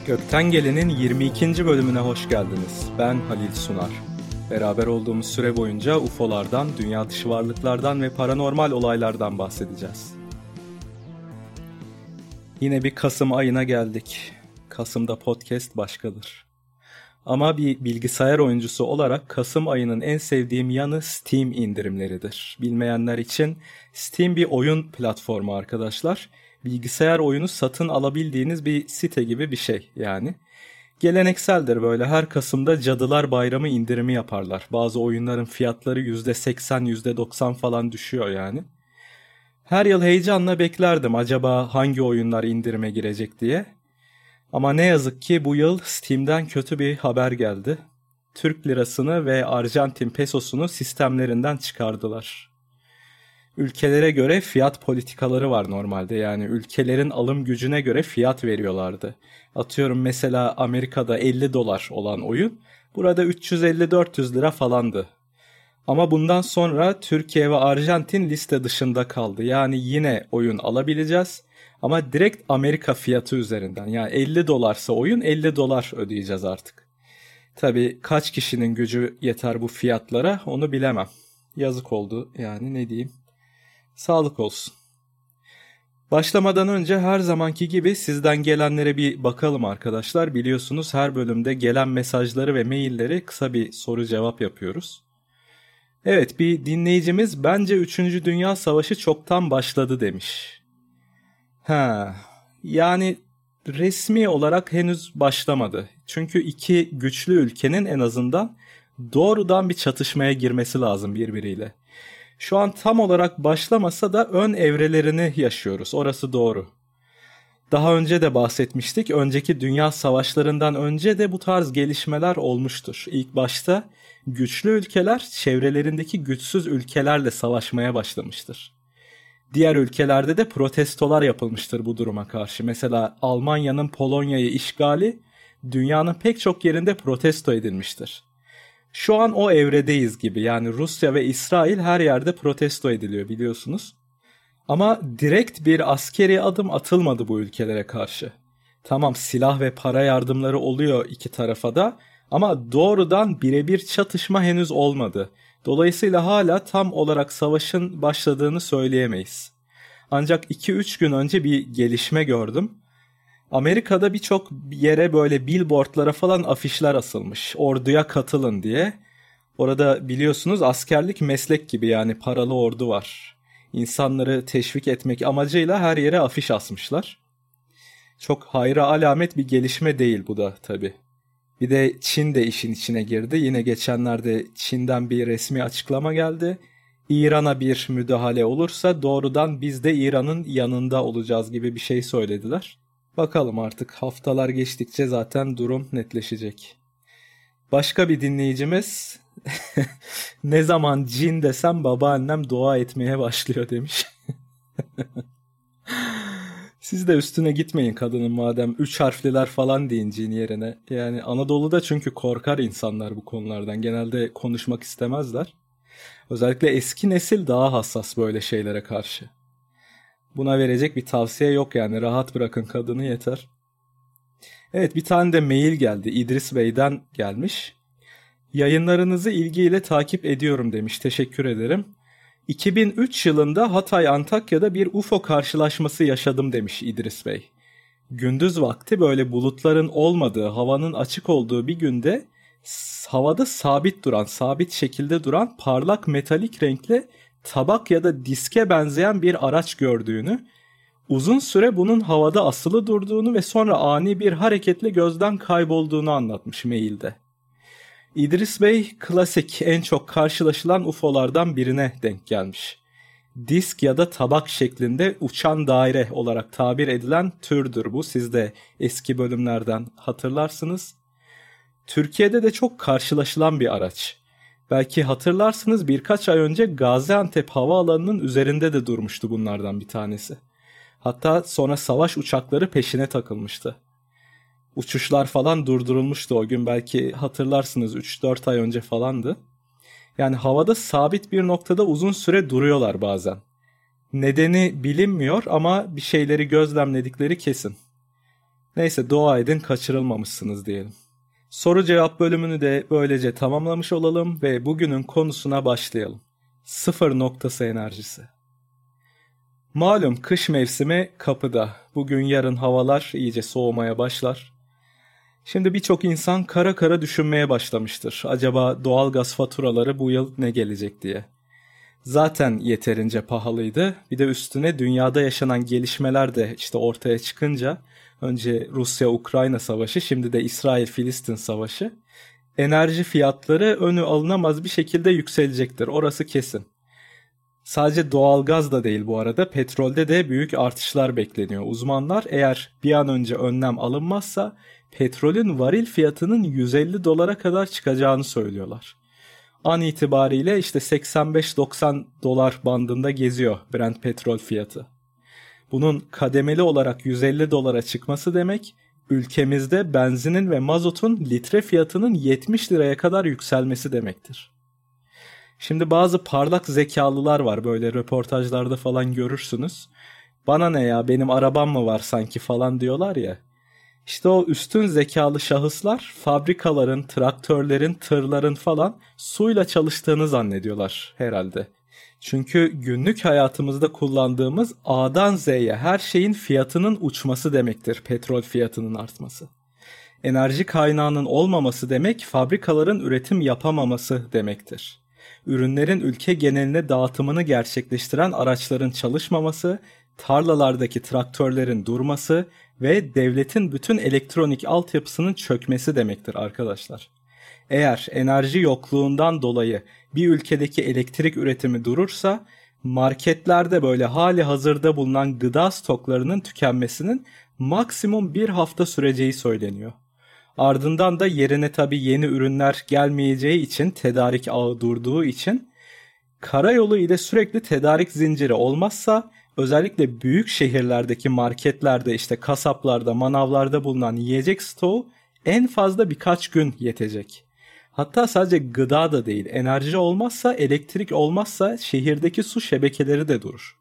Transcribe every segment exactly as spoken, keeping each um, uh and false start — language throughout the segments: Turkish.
Gökten Gelen'in yirmi ikinci bölümüne hoş geldiniz. Ben Halil Sunar. Beraber olduğumuz süre boyunca U F O'lardan, dünya dışı varlıklardan ve paranormal olaylardan bahsedeceğiz. Yine bir Kasım ayına geldik. Kasım'da podcast başkadır. Ama bir bilgisayar oyuncusu olarak Kasım ayının en sevdiğim yanı Steam indirimleridir. Bilmeyenler için Steam bir oyun platformu arkadaşlar. Bilgisayar oyunu satın alabildiğiniz bir site gibi bir şey yani. Gelenekseldir böyle, her Kasım'da Cadılar Bayramı indirimi yaparlar. Bazı oyunların fiyatları yüzde seksen yüzde doksan falan düşüyor yani. Her yıl heyecanla beklerdim acaba hangi oyunlar indirime girecek diye. Ama ne yazık ki bu yıl Steam'den kötü bir haber geldi. Türk lirasını ve Arjantin pesosunu sistemlerinden çıkardılar. Ülkelere göre fiyat politikaları var normalde, yani ülkelerin alım gücüne göre fiyat veriyorlardı. Atıyorum mesela Amerika'da elli dolar olan oyun burada üç yüz elli dört yüz lira falandı. Ama bundan sonra Türkiye ve Arjantin liste dışında kaldı. Yani yine oyun alabileceğiz ama direkt Amerika fiyatı üzerinden. Yani elli dolarsa oyun elli dolar ödeyeceğiz artık. Tabii kaç kişinin gücü yeter bu fiyatlara onu bilemem. Yazık oldu yani, ne diyeyim. Sağlık olsun. Başlamadan önce her zamanki gibi sizden gelenlere bir bakalım arkadaşlar. Biliyorsunuz her bölümde gelen mesajları ve mailleri kısa bir soru cevap yapıyoruz. Evet, bir dinleyicimiz bence üçüncü. Dünya Savaşı çoktan başladı demiş. Ha, yani resmi olarak henüz başlamadı. Çünkü iki güçlü ülkenin en azından doğrudan bir çatışmaya girmesi lazım birbiriyle. Şu an tam olarak başlamasa da ön evrelerini yaşıyoruz. Orası doğru. Daha önce de bahsetmiştik. Önceki dünya savaşlarından önce de bu tarz gelişmeler olmuştur. İlk başta güçlü ülkeler çevrelerindeki güçsüz ülkelerle savaşmaya başlamıştır. Diğer ülkelerde de protestolar yapılmıştır bu duruma karşı. Mesela Almanya'nın Polonya'yı işgali dünyanın pek çok yerinde protesto edilmiştir. Şu an o evredeyiz gibi, yani Rusya ve İsrail her yerde protesto ediliyor biliyorsunuz. Ama direkt bir askeri adım atılmadı bu ülkelere karşı. Tamam, silah ve para yardımları oluyor iki tarafa da ama doğrudan birebir çatışma henüz olmadı. Dolayısıyla hala tam olarak savaşın başladığını söyleyemeyiz. Ancak iki üç gün önce bir gelişme gördüm. Amerika'da birçok yere böyle billboardlara falan afişler asılmış. Orduya katılın diye. Orada biliyorsunuz askerlik meslek gibi, yani paralı ordu var. İnsanları teşvik etmek amacıyla her yere afiş asmışlar. Çok hayra alamet bir gelişme değil bu da tabii. Bir de Çin de işin içine girdi. Yine geçenlerde Çin'den bir resmi açıklama geldi. İran'a bir müdahale olursa doğrudan biz de İran'ın yanında olacağız gibi bir şey söylediler. Bakalım, artık haftalar geçtikçe zaten durum netleşecek. Başka bir dinleyicimiz ne zaman cin desem babaannem dua etmeye başlıyor demiş. Siz de üstüne gitmeyin kadının, madem üç harfliler falan deyin cin yerine. Yani Anadolu'da çünkü korkar insanlar bu konulardan. Genelde konuşmak istemezler. Özellikle eski nesil daha hassas böyle şeylere karşı. Buna verecek bir tavsiye yok yani, rahat bırakın kadını yeter. Evet, bir tane de mail geldi, İdris Bey'den gelmiş. Yayınlarınızı ilgiyle takip ediyorum demiş, teşekkür ederim. iki bin üç yılında Hatay Antakya'da bir U F O karşılaşması yaşadım demiş İdris Bey. Gündüz vakti böyle bulutların olmadığı, havanın açık olduğu bir günde havada sabit duran, sabit şekilde duran parlak metalik renkli tabak ya da diske benzeyen bir araç gördüğünü, uzun süre bunun havada asılı durduğunu ve sonra ani bir hareketle gözden kaybolduğunu anlatmış mailde. İdris Bey klasik, en çok karşılaşılan U F O'lardan birine denk gelmiş. Disk ya da tabak şeklinde uçan daire olarak tabir edilen türdür bu. Siz de eski bölümlerden hatırlarsınız. Türkiye'de de çok karşılaşılan bir araç. Belki hatırlarsınız, birkaç ay önce Gaziantep havaalanının üzerinde de durmuştu bunlardan bir tanesi. Hatta sonra savaş uçakları peşine takılmıştı. Uçuşlar falan durdurulmuştu o gün, belki hatırlarsınız, üç dört ay önce falandı. Yani havada sabit bir noktada uzun süre duruyorlar bazen. Nedeni bilinmiyor ama bir şeyleri gözlemledikleri kesin. Neyse, dua edin kaçırılmamışsınız diyelim. Soru cevap bölümünü de böylece tamamlamış olalım ve bugünün konusuna başlayalım. Sıfır noktası enerjisi. Malum kış mevsimi kapıda. Bugün yarın havalar iyice soğumaya başlar. Şimdi birçok insan kara kara düşünmeye başlamıştır. Acaba doğalgaz faturaları bu yıl ne gelecek diye. Zaten yeterince pahalıydı. Bir de üstüne dünyada yaşanan gelişmeler de işte ortaya çıkınca, önce Rusya-Ukrayna savaşı, şimdi de İsrail-Filistin savaşı, enerji fiyatları önü alınamaz bir şekilde yükselecektir. Orası kesin. Sadece doğalgaz da değil bu arada, petrolde de büyük artışlar bekleniyor. Uzmanlar eğer bir an önce önlem alınmazsa petrolün varil fiyatının yüz elli dolara kadar çıkacağını söylüyorlar. An itibariyle işte seksen beş doksan dolar bandında geziyor Brent petrol fiyatı. Bunun kademeli olarak yüz elli dolara çıkması demek, ülkemizde benzinin ve mazotun litre fiyatının yetmiş liraya kadar yükselmesi demektir. Şimdi bazı parlak zekalılar var, böyle röportajlarda falan görürsünüz. Bana ne ya, benim arabam mı var sanki falan diyorlar ya. İşte o üstün zekalı şahıslar fabrikaların, traktörlerin, tırların falan suyla çalıştığını zannediyorlar herhalde. Çünkü günlük hayatımızda kullandığımız A'dan Z'ye her şeyin fiyatının uçması demektir petrol fiyatının artması. Enerji kaynağının olmaması demek fabrikaların üretim yapamaması demektir. Ürünlerin ülke geneline dağıtımını gerçekleştiren araçların çalışmaması, tarlalardaki traktörlerin durması ve devletin bütün elektronik altyapısının çökmesi demektir arkadaşlar. Eğer enerji yokluğundan dolayı bir ülkedeki elektrik üretimi durursa, marketlerde böyle hali hazırda bulunan gıda stoklarının tükenmesinin maksimum bir hafta süreceği söyleniyor. Ardından da yerine tabii yeni ürünler gelmeyeceği için, tedarik ağı durduğu için, karayolu ile sürekli tedarik zinciri olmazsa özellikle büyük şehirlerdeki marketlerde, işte kasaplarda, manavlarda bulunan yiyecek stoğu en fazla birkaç gün yetecek. Hatta sadece gıda da değil, enerji olmazsa, elektrik olmazsa şehirdeki su şebekeleri de durur.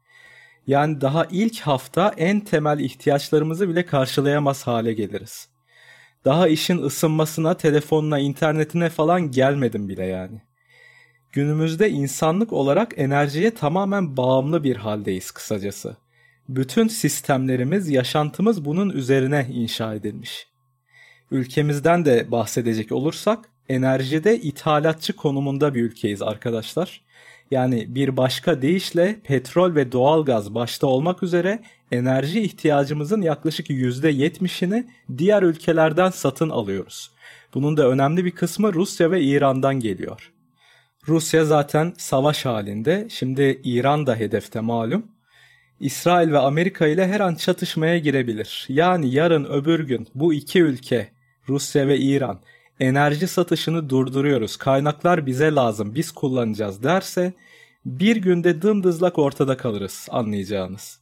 Yani daha ilk hafta en temel ihtiyaçlarımızı bile karşılayamaz hale geliriz. Daha işin ısınmasına, telefonuna, internetine falan gelmedim bile yani. Günümüzde insanlık olarak enerjiye tamamen bağımlı bir haldeyiz kısacası. Bütün sistemlerimiz, yaşantımız bunun üzerine inşa edilmiş. Ülkemizden de bahsedecek olursak, enerjide ithalatçı konumunda bir ülkeyiz arkadaşlar. Yani bir başka deyişle petrol ve doğalgaz başta olmak üzere enerji ihtiyacımızın yaklaşık yüzde yetmişini diğer ülkelerden satın alıyoruz. Bunun da önemli bir kısmı Rusya ve İran'dan geliyor. Rusya zaten savaş halinde, şimdi İran da hedefte malum. İsrail ve Amerika ile her an çatışmaya girebilir. Yani yarın öbür gün bu iki ülke, Rusya ve İran, enerji satışını durduruyoruz, kaynaklar bize lazım, biz kullanacağız derse bir günde dımdızlak ortada kalırız, anlayacağınız.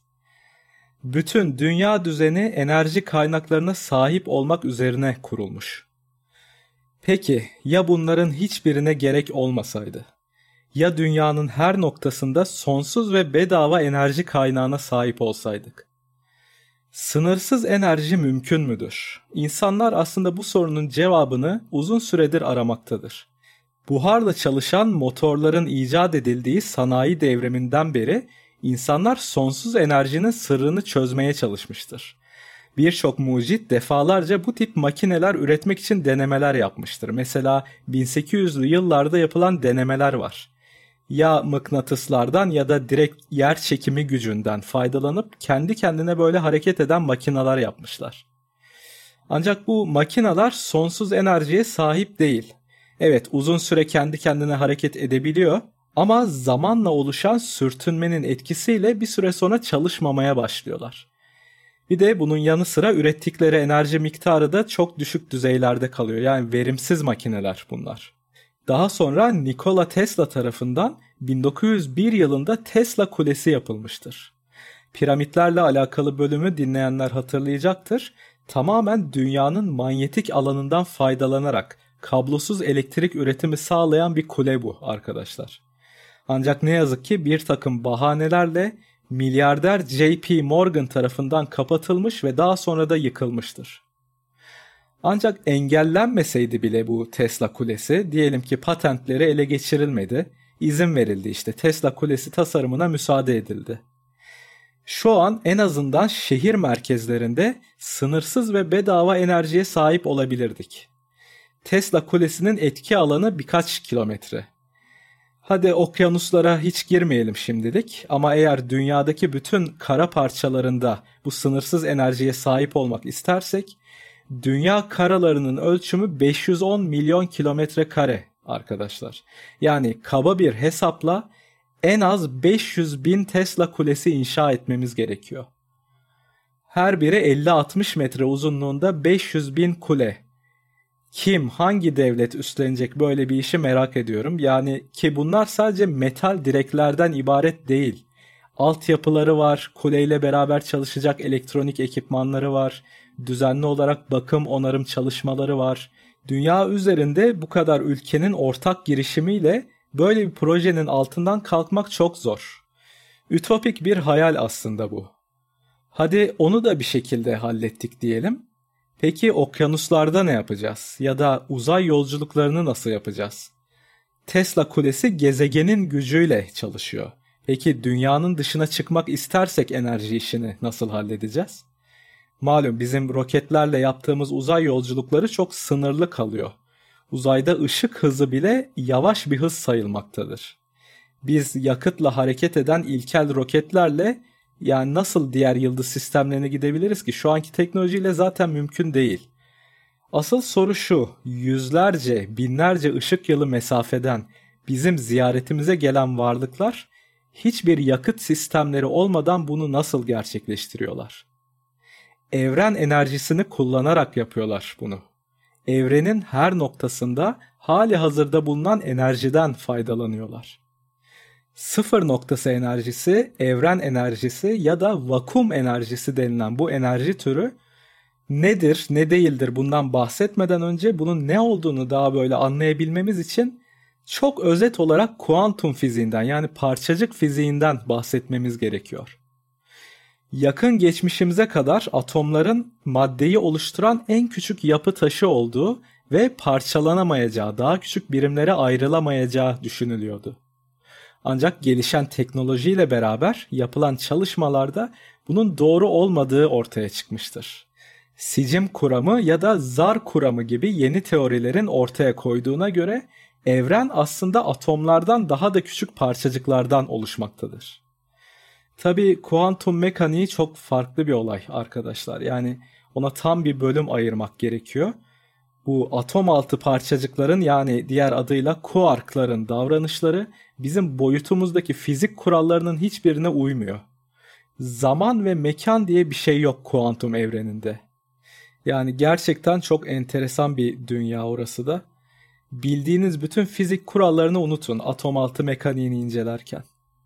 Bütün dünya düzeni enerji kaynaklarına sahip olmak üzerine kurulmuş. Peki ya bunların hiçbirine gerek olmasaydı? Ya dünyanın her noktasında sonsuz ve bedava enerji kaynağına sahip olsaydık? Sınırsız enerji mümkün müdür? İnsanlar aslında bu sorunun cevabını uzun süredir aramaktadır. Buharla çalışan motorların icat edildiği sanayi devriminden beri insanlar sonsuz enerjinin sırrını çözmeye çalışmıştır. Birçok mucit defalarca bu tip makineler üretmek için denemeler yapmıştır. Mesela bin sekiz yüzlü yıllarda yapılan denemeler var. Ya mıknatıslardan ya da direkt yer çekimi gücünden faydalanıp kendi kendine böyle hareket eden makineler yapmışlar. Ancak bu makineler sonsuz enerjiye sahip değil. Evet, uzun süre kendi kendine hareket edebiliyor ama zamanla oluşan sürtünmenin etkisiyle bir süre sonra çalışmamaya başlıyorlar. Bir de bunun yanı sıra ürettikleri enerji miktarı da çok düşük düzeylerde kalıyor. Yani verimsiz makineler bunlar. Daha sonra Nikola Tesla tarafından bin dokuz yüz bir yılında Tesla Kulesi yapılmıştır. Piramitlerle alakalı bölümü dinleyenler hatırlayacaktır. Tamamen dünyanın manyetik alanından faydalanarak kablosuz elektrik üretimi sağlayan bir kule bu arkadaşlar. Ancak ne yazık ki bir takım bahanelerle milyarder J P Morgan tarafından kapatılmış ve daha sonra da yıkılmıştır. Ancak engellenmeseydi bile bu Tesla Kulesi, diyelim ki patentleri ele geçirilmedi, izin verildi, işte Tesla Kulesi tasarımına müsaade edildi. Şu an en azından şehir merkezlerinde sınırsız ve bedava enerjiye sahip olabilirdik. Tesla Kulesi'nin etki alanı birkaç kilometre. Hadi okyanuslara hiç girmeyelim şimdilik, ama eğer dünyadaki bütün kara parçalarında bu sınırsız enerjiye sahip olmak istersek, dünya karalarının ölçümü beş yüz on milyon kilometre kare arkadaşlar. Yani kaba bir hesapla en az beş yüz bin Tesla Kulesi inşa etmemiz gerekiyor. Her biri elli altmış metre uzunluğunda beş yüz bin kule. Kim, hangi devlet üstlenecek böyle bir işi merak ediyorum. Yani ki bunlar sadece metal direklerden ibaret değil. Altyapıları var, kuleyle beraber çalışacak elektronik ekipmanları var, düzenli olarak bakım onarım çalışmaları var. Dünya üzerinde bu kadar ülkenin ortak girişimiyle böyle bir projenin altından kalkmak çok zor. Ütopik bir hayal aslında bu. Hadi onu da bir şekilde hallettik diyelim. Peki okyanuslarda ne yapacağız? Ya da uzay yolculuklarını nasıl yapacağız? Tesla Kulesi gezegenin gücüyle çalışıyor. Peki dünyanın dışına çıkmak istersek enerji işini nasıl halledeceğiz? Malum bizim roketlerle yaptığımız uzay yolculukları çok sınırlı kalıyor. Uzayda ışık hızı bile yavaş bir hız sayılmaktadır. Biz yakıtla hareket eden ilkel roketlerle yani nasıl diğer yıldız sistemlerine gidebiliriz ki? Şu anki teknolojiyle zaten mümkün değil. Asıl soru şu, yüzlerce, binlerce ışık yılı mesafeden bizim ziyaretimize gelen varlıklar hiçbir yakıt sistemleri olmadan bunu nasıl gerçekleştiriyorlar? Evren enerjisini kullanarak yapıyorlar bunu. Evrenin her noktasında hali hazırda bulunan enerjiden faydalanıyorlar. Sıfır noktası enerjisi, evren enerjisi ya da vakum enerjisi denilen bu enerji türü nedir, ne değildir bundan bahsetmeden önce bunun ne olduğunu daha böyle anlayabilmemiz için çok özet olarak kuantum fiziğinden yani parçacık fiziğinden bahsetmemiz gerekiyor. Yakın geçmişimize kadar atomların maddeyi oluşturan en küçük yapı taşı olduğu ve parçalanamayacağı, daha küçük birimlere ayrılamayacağı düşünülüyordu. Ancak gelişen teknolojiyle beraber yapılan çalışmalarda bunun doğru olmadığı ortaya çıkmıştır. Sicim kuramı ya da zar kuramı gibi yeni teorilerin ortaya koyduğuna göre evren aslında atomlardan daha da küçük parçacıklardan oluşmaktadır. Tabii kuantum mekaniği çok farklı bir olay arkadaşlar. Yani ona tam bir bölüm ayırmak gerekiyor. Bu atom altı parçacıkların yani diğer adıyla kuarkların davranışları bizim boyutumuzdaki fizik kurallarının hiçbirine uymuyor. Zaman ve mekan diye bir şey yok kuantum evreninde. Yani gerçekten çok enteresan bir dünya orası da. Bildiğiniz bütün fizik kurallarını unutun atom altı mekaniğini incelerken.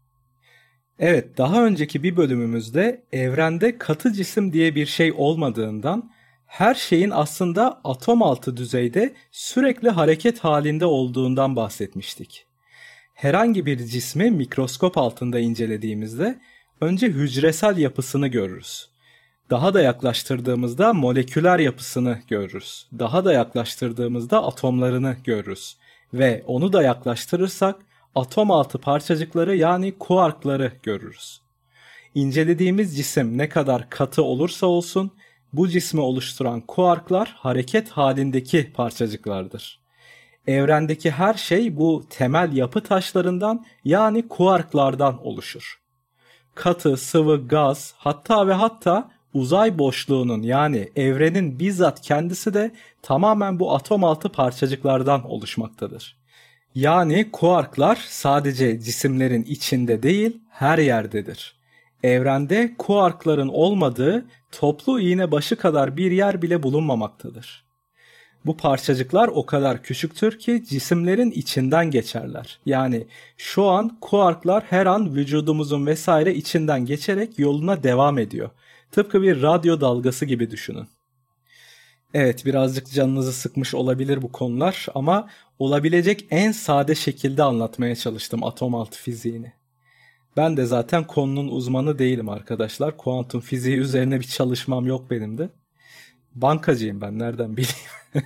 Evet, daha önceki bir bölümümüzde evrende katı cisim diye bir şey olmadığından her şeyin aslında atom altı düzeyde sürekli hareket halinde olduğundan bahsetmiştik. Herhangi bir cismi mikroskop altında incelediğimizde önce hücresel yapısını görürüz. Daha da yaklaştırdığımızda moleküler yapısını görürüz. Daha da yaklaştırdığımızda atomlarını görürüz. Ve onu da yaklaştırırsak atom altı parçacıkları yani kuarkları görürüz. İncelediğimiz cisim ne kadar katı olursa olsun bu cismi oluşturan kuarklar hareket halindeki parçacıklardır. Evrendeki her şey bu temel yapı taşlarından yani kuarklardan oluşur. Katı, sıvı, gaz hatta ve hatta uzay boşluğunun yani evrenin bizzat kendisi de tamamen bu atom altı parçacıklardan oluşmaktadır. Yani kuarklar sadece cisimlerin içinde değil her yerdedir. Evrende kuarkların olmadığı toplu iğne başı kadar bir yer bile bulunmamaktadır. Bu parçacıklar o kadar küçüktür ki cisimlerin içinden geçerler. Yani şu an kuarklar her an vücudumuzun vesaire içinden geçerek yoluna devam ediyor. Tıpkı bir radyo dalgası gibi düşünün. Evet, birazcık canınızı sıkmış olabilir bu konular ama olabilecek en sade şekilde anlatmaya çalıştım atom altı fiziğini. Ben de zaten konunun uzmanı değilim arkadaşlar. Kuantum fiziği üzerine bir çalışmam yok benim de. Bankacıyım ben, nereden bileyim.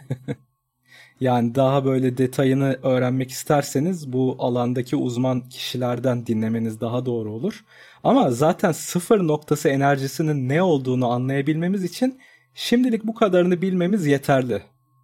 Yani daha böyle detayını öğrenmek isterseniz bu alandaki uzman kişilerden dinlemeniz daha doğru olur. Ama zaten sıfır noktası enerjisinin ne olduğunu anlayabilmemiz için şimdilik bu kadarını bilmemiz yeterli.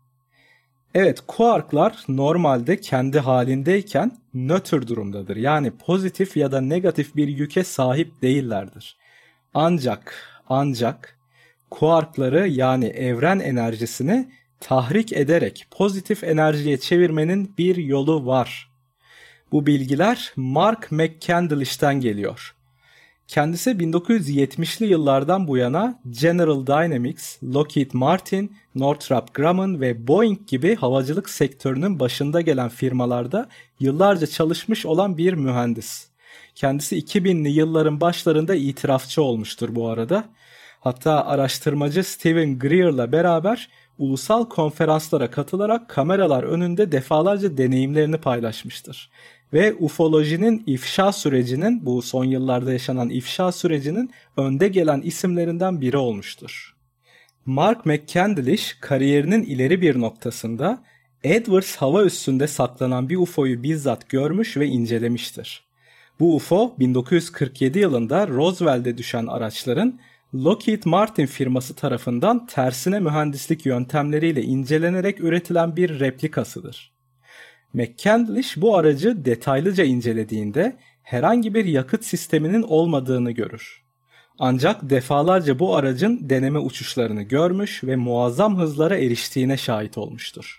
Evet, kuarklar normalde kendi halindeyken nötr durumdadır. Yani pozitif ya da negatif bir yüke sahip değillerdir. Ancak, ancak kuarkları yani evren enerjisini tahrik ederek pozitif enerjiye çevirmenin bir yolu var. Bu bilgiler Mark McCandlish'ten geliyor. Kendisi bin dokuz yüz yetmişli yıllardan bu yana General Dynamics, Lockheed Martin, Northrop Grumman ve Boeing gibi havacılık sektörünün başında gelen firmalarda yıllarca çalışmış olan bir mühendis. Kendisi iki binli yılların başlarında itirafçı olmuştur bu arada. Hatta araştırmacı Stephen Greer'la beraber ulusal konferanslara katılarak kameralar önünde defalarca deneyimlerini paylaşmıştır. Ve ufolojinin ifşa sürecinin, bu son yıllarda yaşanan ifşa sürecinin önde gelen isimlerinden biri olmuştur. Mark McCandlish kariyerinin ileri bir noktasında Edwards hava üssünde saklanan bir U F O'yu bizzat görmüş ve incelemiştir. Bu U F O bin dokuz yüz kırk yedi yılında Roswell'de düşen araçların Lockheed Martin firması tarafından tersine mühendislik yöntemleriyle incelenerek üretilen bir replikasıdır. McCandlish bu aracı detaylıca incelediğinde herhangi bir yakıt sisteminin olmadığını görür. Ancak defalarca bu aracın deneme uçuşlarını görmüş ve muazzam hızlara eriştiğine şahit olmuştur.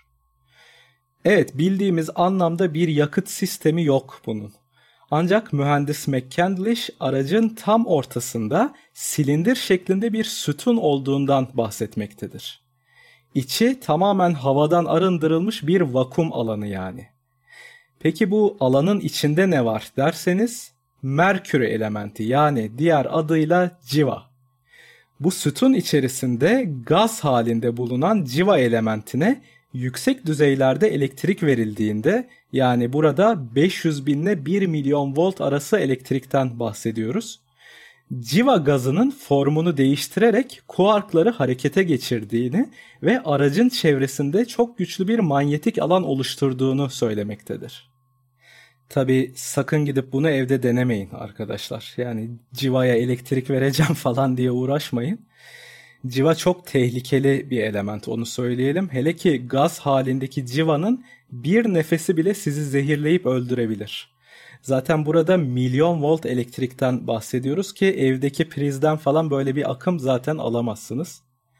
Evet, bildiğimiz anlamda bir yakıt sistemi yok bunun. Ancak mühendis McCandlish aracın tam ortasında silindir şeklinde bir sütun olduğundan bahsetmektedir. İçi tamamen havadan arındırılmış bir vakum alanı yani. Peki bu alanın içinde ne var derseniz, merkür elementi yani diğer adıyla civa. Bu sütun içerisinde gaz halinde bulunan civa elementine yüksek düzeylerde elektrik verildiğinde, yani burada beş yüz bin ile bir milyon volt arası elektrikten bahsediyoruz. Civa gazının formunu değiştirerek kuarkları harekete geçirdiğini ve aracın çevresinde çok güçlü bir manyetik alan oluşturduğunu söylemektedir. Tabii sakın gidip bunu evde denemeyin arkadaşlar. Yani civaya elektrik vereceğim falan diye uğraşmayın. Civa çok tehlikeli bir element, onu söyleyelim. Hele ki gaz halindeki civanın bir nefesi bile sizi zehirleyip öldürebilir. Zaten burada milyon volt elektrikten bahsediyoruz ki evdeki prizden falan böyle bir akım zaten alamazsınız.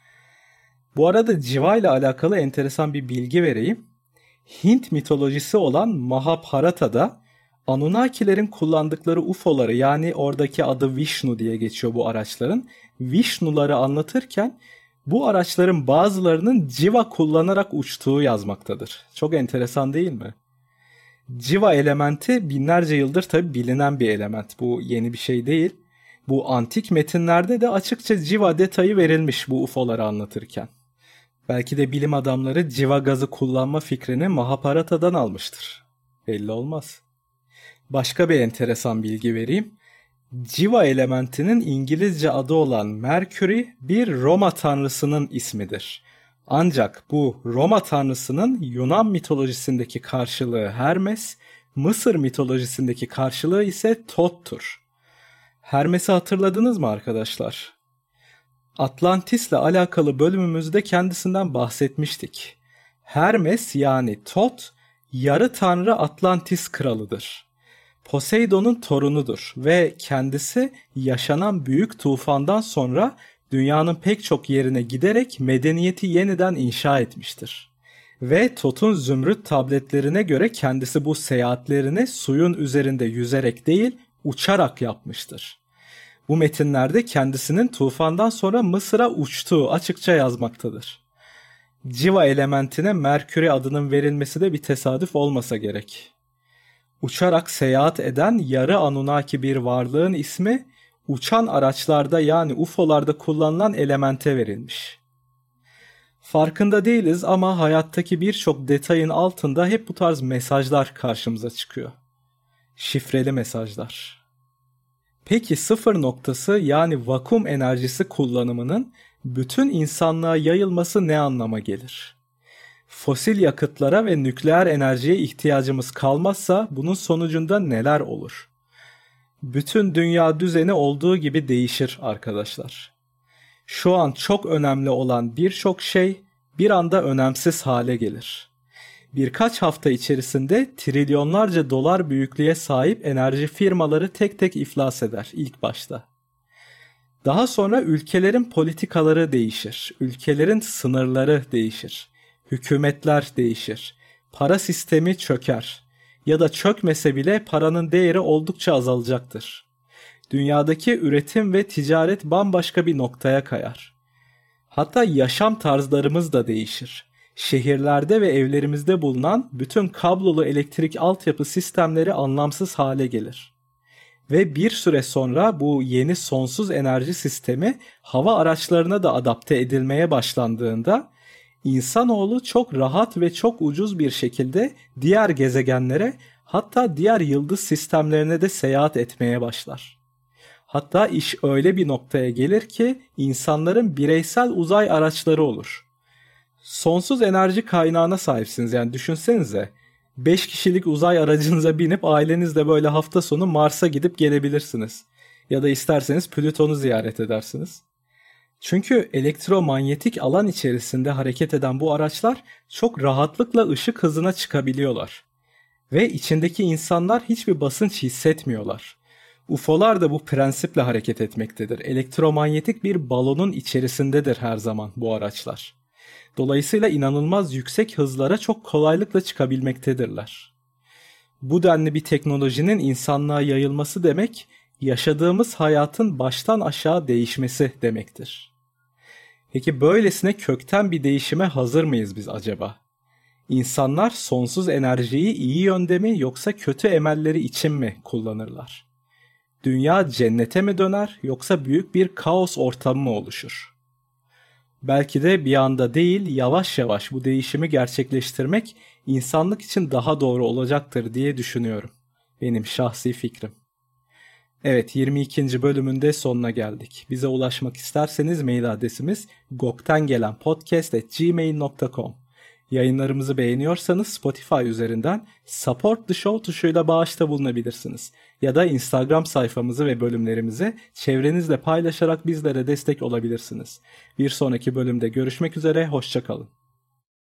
Bu arada civa ile alakalı enteresan bir bilgi vereyim. Hint mitolojisi olan Mahabharata'da Anunnakilerin kullandıkları U F O'ları, yani oradaki adı Vishnu diye geçiyor bu araçların, Vishnuları anlatırken bu araçların bazılarının civa kullanarak uçtuğu yazmaktadır. Çok enteresan değil mi? Civa elementi binlerce yıldır tabi bilinen bir element. Bu yeni bir şey değil. Bu antik metinlerde de açıkça civa detayı verilmiş bu U F O'ları anlatırken. Belki de bilim adamları civa gazı kullanma fikrini Mahabharata'dan almıştır. Belli olmaz. Başka bir enteresan bilgi vereyim. Civa elementinin İngilizce adı olan Mercury bir Roma tanrısının ismidir. Ancak bu Roma tanrısının Yunan mitolojisindeki karşılığı Hermes, Mısır mitolojisindeki karşılığı ise Thoth'tur. Hermes'i hatırladınız mı arkadaşlar? Atlantis'le alakalı bölümümüzde kendisinden bahsetmiştik. Hermes yani Thoth, yarı tanrı Atlantis kralıdır. Poseidon'un torunudur ve kendisi yaşanan büyük tufandan sonra dünyanın pek çok yerine giderek medeniyeti yeniden inşa etmiştir. Ve Thoth'un zümrüt tabletlerine göre kendisi bu seyahatlerini suyun üzerinde yüzerek değil, uçarak yapmıştır. Bu metinlerde kendisinin tufandan sonra Mısır'a uçtuğu açıkça yazmaktadır. Civa elementine Merkür'e adının verilmesi de bir tesadüf olmasa gerek. Uçarak seyahat eden yarı Anunnaki bir varlığın ismi uçan araçlarda yani U F O'larda kullanılan elemente verilmiş. Farkında değiliz ama hayattaki birçok detayın altında hep bu tarz mesajlar karşımıza çıkıyor. Şifreli mesajlar. Peki sıfır noktası yani vakum enerjisi kullanımının bütün insanlığa yayılması ne anlama gelir? Fosil yakıtlara ve nükleer enerjiye ihtiyacımız kalmazsa bunun sonucunda neler olur? Bütün dünya düzeni olduğu gibi değişir arkadaşlar. Şu an çok önemli olan birçok şey bir anda önemsiz hale gelir. Birkaç hafta içerisinde trilyonlarca dolar büyüklüğe sahip enerji firmaları tek tek iflas eder ilk başta. Daha sonra ülkelerin politikaları değişir, ülkelerin sınırları değişir, hükümetler değişir, para sistemi çöker ya da çökmese bile paranın değeri oldukça azalacaktır. Dünyadaki üretim ve ticaret bambaşka bir noktaya kayar. Hatta yaşam tarzlarımız da değişir. Şehirlerde ve evlerimizde bulunan bütün kablolu elektrik altyapı sistemleri anlamsız hale gelir. Ve bir süre sonra bu yeni sonsuz enerji sistemi hava araçlarına da adapte edilmeye başlandığında insanoğlu çok rahat ve çok ucuz bir şekilde diğer gezegenlere, hatta diğer yıldız sistemlerine de seyahat etmeye başlar. Hatta iş öyle bir noktaya gelir ki insanların bireysel uzay araçları olur. Sonsuz enerji kaynağına sahipsiniz, yani düşünsenize. beş kişilik uzay aracınıza binip ailenizle böyle hafta sonu Mars'a gidip gelebilirsiniz. Ya da isterseniz Plüton'u ziyaret edersiniz. Çünkü elektromanyetik alan içerisinde hareket eden bu araçlar çok rahatlıkla ışık hızına çıkabiliyorlar. Ve içindeki insanlar hiçbir basınç hissetmiyorlar. U F O'lar da bu prensiple hareket etmektedir. Elektromanyetik bir balonun içerisindedir her zaman bu araçlar. Dolayısıyla inanılmaz yüksek hızlara çok kolaylıkla çıkabilmektedirler. Bu denli bir teknolojinin insanlığa yayılması demek, yaşadığımız hayatın baştan aşağı değişmesi demektir. Peki böylesine kökten bir değişime hazır mıyız biz acaba? İnsanlar sonsuz enerjiyi iyi yönde mi yoksa kötü emelleri için mi kullanırlar? Dünya cennete mi döner yoksa büyük bir kaos ortamı mı oluşur? Belki de bir anda değil, yavaş yavaş bu değişimi gerçekleştirmek insanlık için daha doğru olacaktır diye düşünüyorum. Benim şahsi fikrim. Evet, yirmi ikinci bölümünde sonuna geldik. Bize ulaşmak isterseniz mail adresimiz goktengelenpodcast at gmail nokta com. Yayınlarımızı beğeniyorsanız Spotify üzerinden Support the Show tuşuyla bağışta bulunabilirsiniz. Ya da Instagram sayfamızı ve bölümlerimizi çevrenizle paylaşarak bizlere destek olabilirsiniz. Bir sonraki bölümde görüşmek üzere, hoşça kalın.